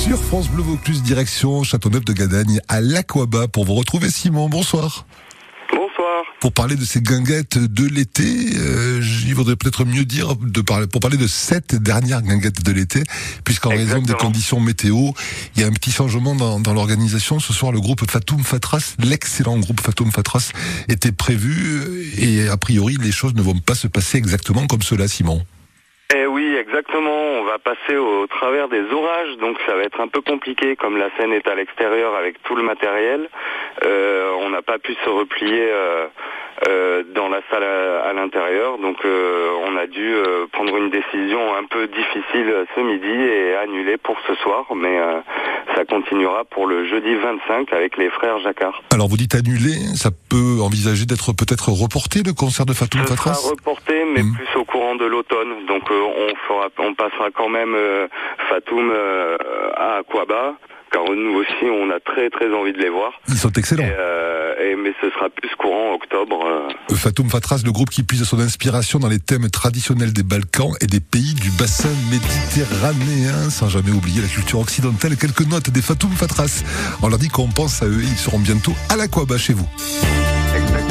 Sur France Bleu Vaucluse, direction Châteauneuf de Gadagne, à l'Aquaba, pour vous retrouver Simon. Bonsoir. Bonsoir. Pour parler de ces guinguettes de l'été, il vaudrait peut-être mieux dire pour parler de cette dernière guinguette de l'été, puisqu'en raison des conditions météo, il y a un petit changement dans l'organisation. Ce soir, le groupe Fatoum Fatras, l'excellent groupe Fatoum Fatras, était prévu et a priori, les choses ne vont pas se passer exactement comme cela, Simon. Eh oui, exactement. On va passer au travers des orages, donc ça va être un peu compliqué, comme la scène est à l'extérieur avec tout le matériel. On n'a pas pu se replier dans la salle à l'intérieur, donc on a dû prendre une décision un peu difficile ce midi et annuler pour ce soir, mais ça continuera pour le jeudi 25 avec les frères Jacquard. Alors vous dites annuler, ça peut envisager d'être peut-être reporté, le concert de Fatoum Fatras ? Ça sera reporté, mais plus au courant de l'automne, donc on passera quand même Fatoum à Aquaba, car nous aussi on a très très envie de les voir. Ils sont excellents. Mais ce sera plus courant octobre. Fatoum Fatras, le groupe qui puise son inspiration dans les thèmes traditionnels des Balkans et des pays du bassin méditerranéen, sans jamais oublier la culture occidentale. Quelques notes des Fatoum Fatras. On leur dit qu'on pense à eux, ils seront bientôt à l'Aquaba chez vous. Exactement.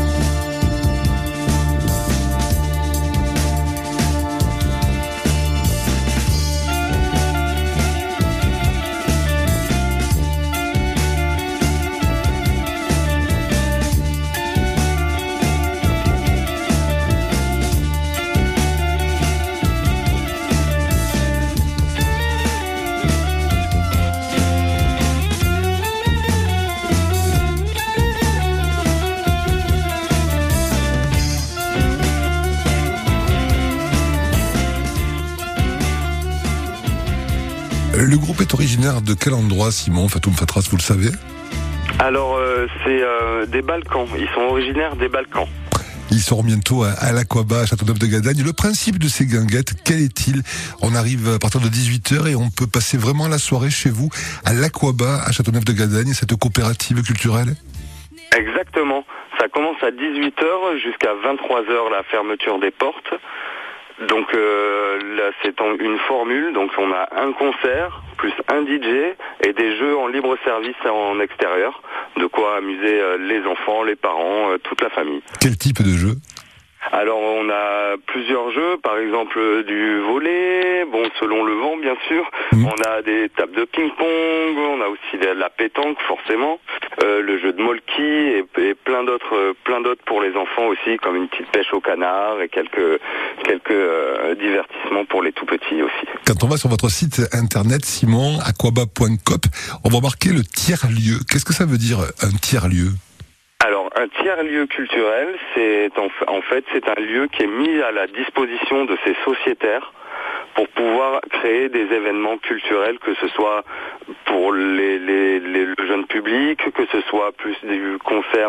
Le groupe est originaire de quel endroit, Simon, Fatoum Fatras, vous le savez ? Alors, c'est des Balkans. Ils sont originaires des Balkans. Ils seront bientôt à l'Aquaba, à Châteauneuf de Gadagne. Le principe de ces guinguettes, quel est-il ? On arrive à partir de 18h et on peut passer vraiment la soirée chez vous, à l'Aquaba, à Châteauneuf de Gadagne, cette coopérative culturelle ? Exactement. Ça commence à 18h jusqu'à 23h, la fermeture des portes. Donc là, c'est une formule. Donc on a un concert, plus un DJ et des jeux en libre service en extérieur. De quoi amuser les enfants, les parents, toute la famille. Quel type de jeu ? Alors on a plusieurs jeux, par exemple du volley, selon le vent bien sûr. On a des tables de ping-pong, on a aussi de la pétanque forcément, le jeu de molki et plein d'autres pour les enfants aussi, comme une petite pêche au canard et quelques divertissements pour les tout petits aussi. Quand on va sur votre site internet Simon, aquaba.coop, on va marquer le tiers-lieu. Qu'est-ce que ça veut dire un tiers-lieu ? Alors, un tiers-lieu culturel, c'est un lieu qui est mis à la disposition de ces sociétaires pour pouvoir créer des événements culturels, que ce soit pour le jeune public, que ce soit plus du concert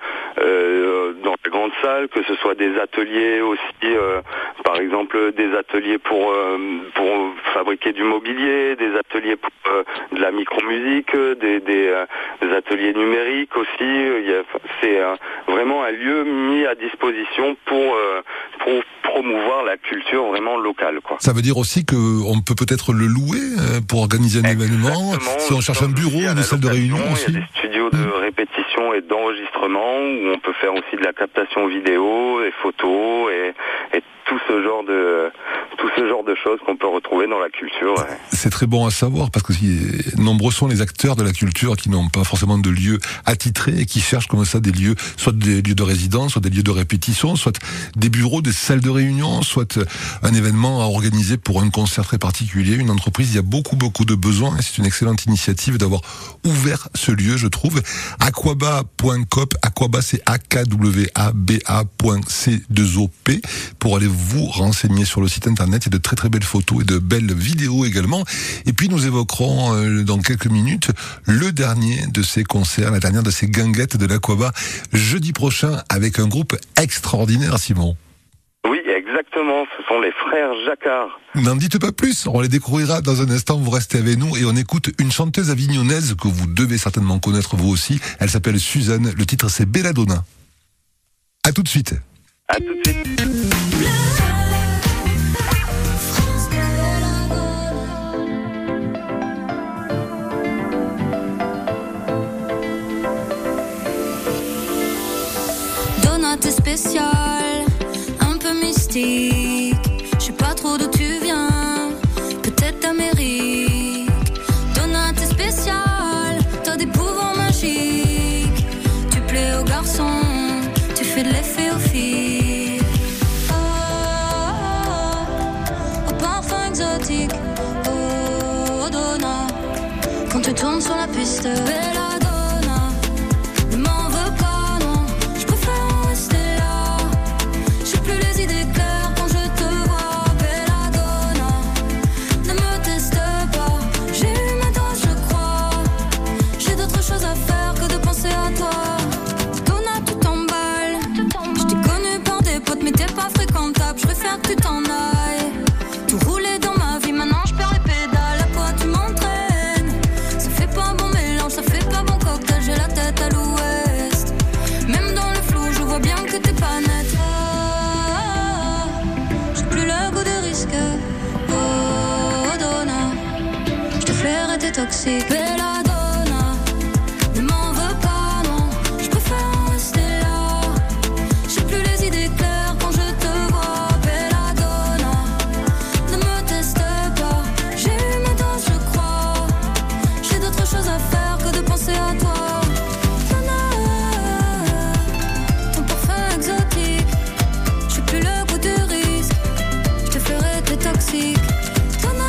dans les grandes salles, que ce soit des ateliers aussi, par exemple des ateliers pour fabriquer du mobilier, des ateliers pour de la micromusique, des ateliers numériques aussi. C'est vraiment un lieu mis à disposition pour promouvoir la culture vraiment locale, quoi. Ça veut dire aussi qu'on peut peut-être le louer pour organiser un événement. Si on cherche un bureau, une salle de réunion aussi. Il y a des studios de répétition et d'enregistrement où on peut faire aussi de la captation vidéo, des photos et tout ce genre de choses qu'on peut retrouver dans la culture. Ouais. C'est très bon à savoir parce que nombreux sont les acteurs de la culture qui n'ont pas forcément de lieux attitrés et qui cherchent comme ça des lieux, soit des lieux de résidence, soit des lieux de répétition, soit des bureaux, des salles de réunion, soit un événement à organiser pour un concert très particulier, une entreprise. Il y a beaucoup de besoins et c'est une excellente initiative d'avoir ouvert ce lieu, je trouve. Aquaba.coop, Aquaba c'est AKWABA.C2OP pour aller vous renseigner sur le site internet. Il y a de très belles photos et de belles vidéos également. Et puis nous évoquerons dans quelques minutes le dernier de ces concerts, la dernière de ces guinguettes de l'Aquaba, jeudi prochain avec un groupe extraordinaire, Simon. Oui, exactement, ce sont les frères Jacquard. N'en dites pas plus, on les découvrira dans un instant, vous restez avec nous et on écoute une chanteuse avignonnaise que vous devez certainement connaître vous aussi. Elle s'appelle Suzanne, le titre c'est Belladonna. À tout de suite. À tout de suite. toxique. Oh, Donna, quand tu tournes sur la piste, Belladonna, ne m'en veux pas, non, je préfère rester là. J'ai plus les idées claires quand je te vois, Belladonna, ne me teste pas, j'ai eu ma dose, je crois. J'ai d'autres choses à faire que de penser à toi. Donna, tu t'emballes, je t'ai connu par des potes, mais t'es pas fréquentable, je préfère que tu t'en ailles. Tout roulait dans ma vie, maintenant je perds les pédales, à quoi tu m'entraînes? Ça fait pas un bon mélange, ça fait pas bon cocktail, j'ai la tête à l'ouest. Même dans le flou, je vois bien que t'es pas net. Ah, j'ai plus le goût de risque. Oh, Donna, je te flairais, t'es toxique. Belladonna, ne m'en veux pas, non, je préfère rester là. J'ai plus les idées claires quand je te vois, Belladonna, ne me teste pas, j'ai eu ma dose, je crois. J'ai d'autres choses à faire que de penser à toi. Donna, ton parfum exotique, j'ai plus le goût du risque, je te ferai, t'es toxique. Donna,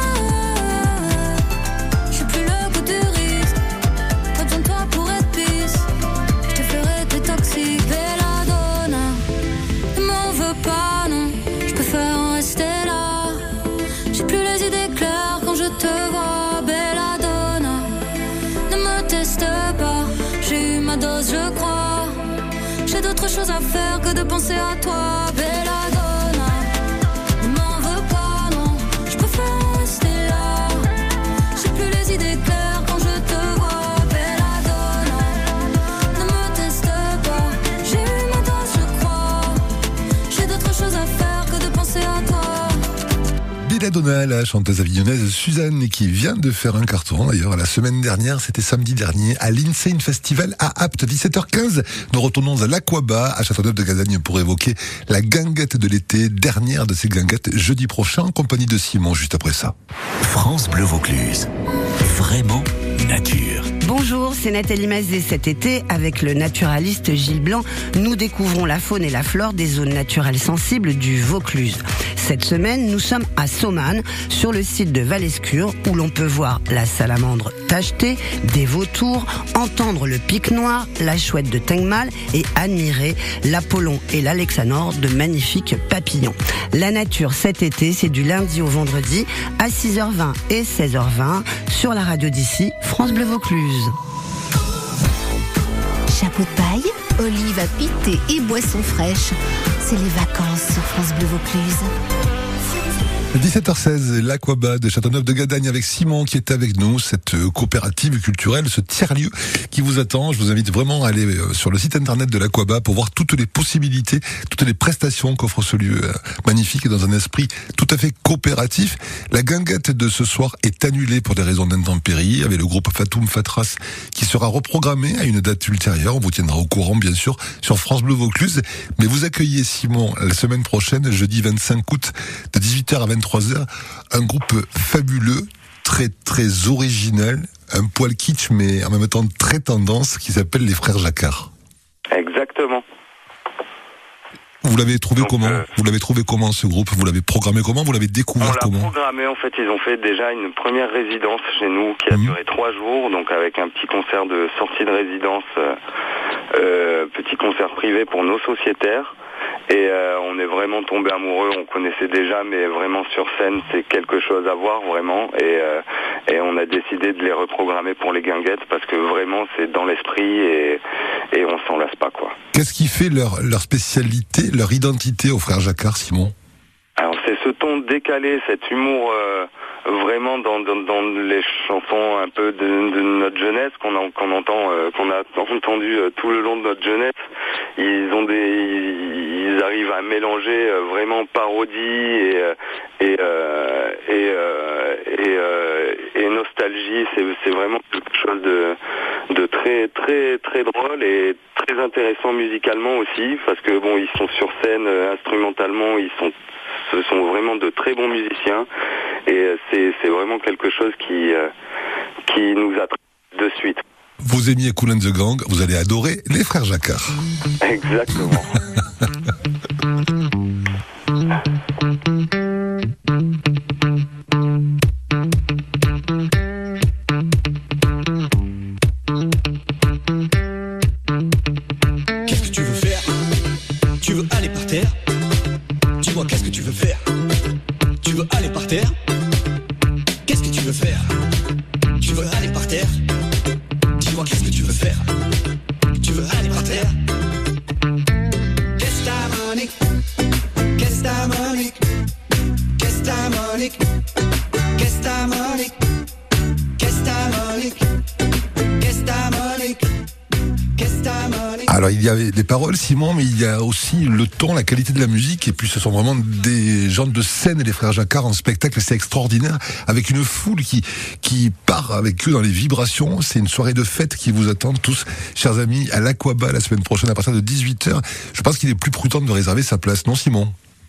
j'ai plus le goût du risque, pas besoin de toi pour être pisse, je te ferai, t'es toxique. Belladonna, ne m'en veux pas, non, je préfère rester là. J'ai plus les idées claires quand je te vois, Belladonna, ne me teste pas, j'ai eu ma dose, je crois. J'ai d'autres choses à faire que de penser à toi, Belladonna, ne m'en veux pas, non, je préfère rester là. J'ai plus les idées claires quand je te vois, Belladonna, ne me teste pas, j'ai eu ma dose, je crois. J'ai d'autres choses à faire que de penser à toi. Belladonna, la chanteuse avignonnaise Suzanne, qui vient de faire un carton d'ailleurs la semaine dernière, c'était samedi dernier, à l'Insane Festival à Apt, 17h15. Nous retournons à l'Aquaba, à Châteauneuf de Gadagne, pour évoquer la guinguette de l'été, dernière de ces guinguettes, jeudi prochain, en compagnie de Simon, juste après ça. France Bleu Vaucluse. Vraiment nature. Bonjour, c'est Nathalie Mazet. Cet été, avec le naturaliste Gilles Blanc, nous découvrons la faune et la flore des zones naturelles sensibles du Vaucluse. Cette semaine, nous sommes à Saumane, sur le site de Valescure, où l'on peut voir la salamandre tachetée, des vautours, entendre le pic noir, la chouette de Tengmal et admirer l'Apollon et l'Alexanor, de magnifiques papillons. La nature cet été, c'est du lundi au vendredi à 6h20 et 16h20 sur la radio d'ici, France Bleu Vaucluse. Chapeau de paille, olives à piquer et boissons fraîches. C'est les vacances sur France Bleu Vaucluse. 17h16, l'Aquaba de Châteauneuf de Gadagne avec Simon qui est avec nous, cette coopérative culturelle, ce tiers-lieu qui vous attend. Je vous invite vraiment à aller sur le site internet de l'Aquaba pour voir toutes les possibilités, toutes les prestations qu'offre ce lieu magnifique et dans un esprit tout à fait coopératif. La guinguette de ce soir est annulée pour des raisons d'intempéries, avec le groupe Fatoum Fatras qui sera reprogrammé à une date ultérieure. On vous tiendra au courant bien sûr sur France Bleu Vaucluse. Mais vous accueillez Simon la semaine prochaine, jeudi 25 août, de 18h à 23h, un groupe fabuleux, très très original, un poil kitsch mais en même temps très tendance, qui s'appelle les Frères Jacquard. Exactement. Vous l'avez trouvé comment Vous l'avez trouvé comment ce groupe? Vous l'avez programmé comment? Vous l'avez découvert comment? On l'a programmé, en fait, ils ont fait déjà une première résidence chez nous qui a duré 3 jours, donc avec un petit concert de sortie de résidence, petit concert privé pour nos sociétaires. Et on est vraiment tombé amoureux, on connaissait déjà, mais vraiment sur scène, c'est quelque chose à voir, vraiment. Et on a décidé de les reprogrammer pour les guinguettes, parce que vraiment, c'est dans l'esprit et on s'en lasse pas, quoi. Qu'est-ce qui fait leur spécialité, leur identité aux Frères Jacquard, Simon? Alors, c'est ce ton décalé, cet humour vraiment dans les chansons un peu de notre jeunesse qu'on a entendu tout le long de notre jeunesse. Ils arrivent à mélanger vraiment parodie et nostalgie. C'est vraiment quelque chose de très très très drôle et très intéressant musicalement aussi, parce que bon, ils sont sur scène instrumentalement, ce sont vraiment de très bons musiciens, et c'est vraiment quelque chose qui nous attrape de suite. Vous aimiez Kool and the Gang, vous allez adorer les Frères Jacquard. Exactement. veux faire? Tu veux aller par terre? Dis-moi qu'est-ce que tu veux faire? Tu veux aller par terre? Qu'est-ce ta Monique? Qu'est-ce ta Monique? Qu'est-ce ta Monique? Qu'est-ce ta Monique? Qu'est-ce ta Monique? Qu'est-ce ta Monique? Qu'est-ce ta Monique? Alors il y avait des paroles, Simon, mais il y a aussi le ton, la qualité de la musique, et puis ce sont vraiment des gens de scène, et les frères Jacquard en spectacle, c'est extraordinaire, avec une foule qui part avec eux dans les vibrations. C'est une soirée de fête qui vous attend tous, chers amis, à l'Aqua-Bar la semaine prochaine à partir de 18h. Je pense qu'il est plus prudent de réserver sa place, non Simon?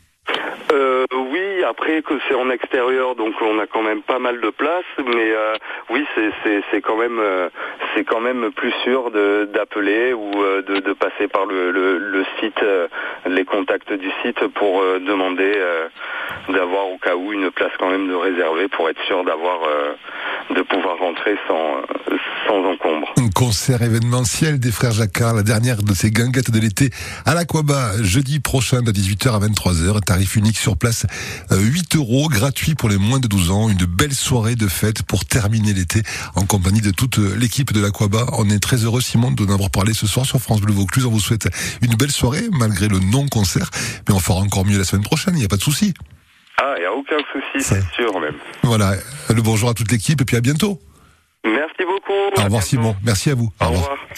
Oui, après que c'est en extérieur, donc on a quand même pas mal de place, mais oui, c'est quand même plus sûr d'appeler ou de passer par le site, les contacts du site pour demander d'avoir au cas où une place quand même de réserver pour être sûr de pouvoir rentrer sans encombre. Un concert événementiel des frères Jacquard, la dernière de ces guinguettes de l'été à l'Aqua-Bar, jeudi prochain de 18h à 23h, tarif unique sur place, 8 €, gratuit pour les moins de 12 ans, une belle soirée de fête pour terminer l'été en compagnie de toute l'équipe de l'Aqua-Bar. On est très heureux, Simon, de en avoir parlé ce soir sur France Bleu Vaucluse. On vous souhaite une belle soirée malgré le non-concert, mais on fera encore mieux la semaine prochaine, il n'y a pas de souci. Ah, il n'y a aucun souci, c'est sûr même. Voilà, le bonjour à toute l'équipe et puis à bientôt. Merci beaucoup. Au revoir Simon, merci à vous. Au revoir.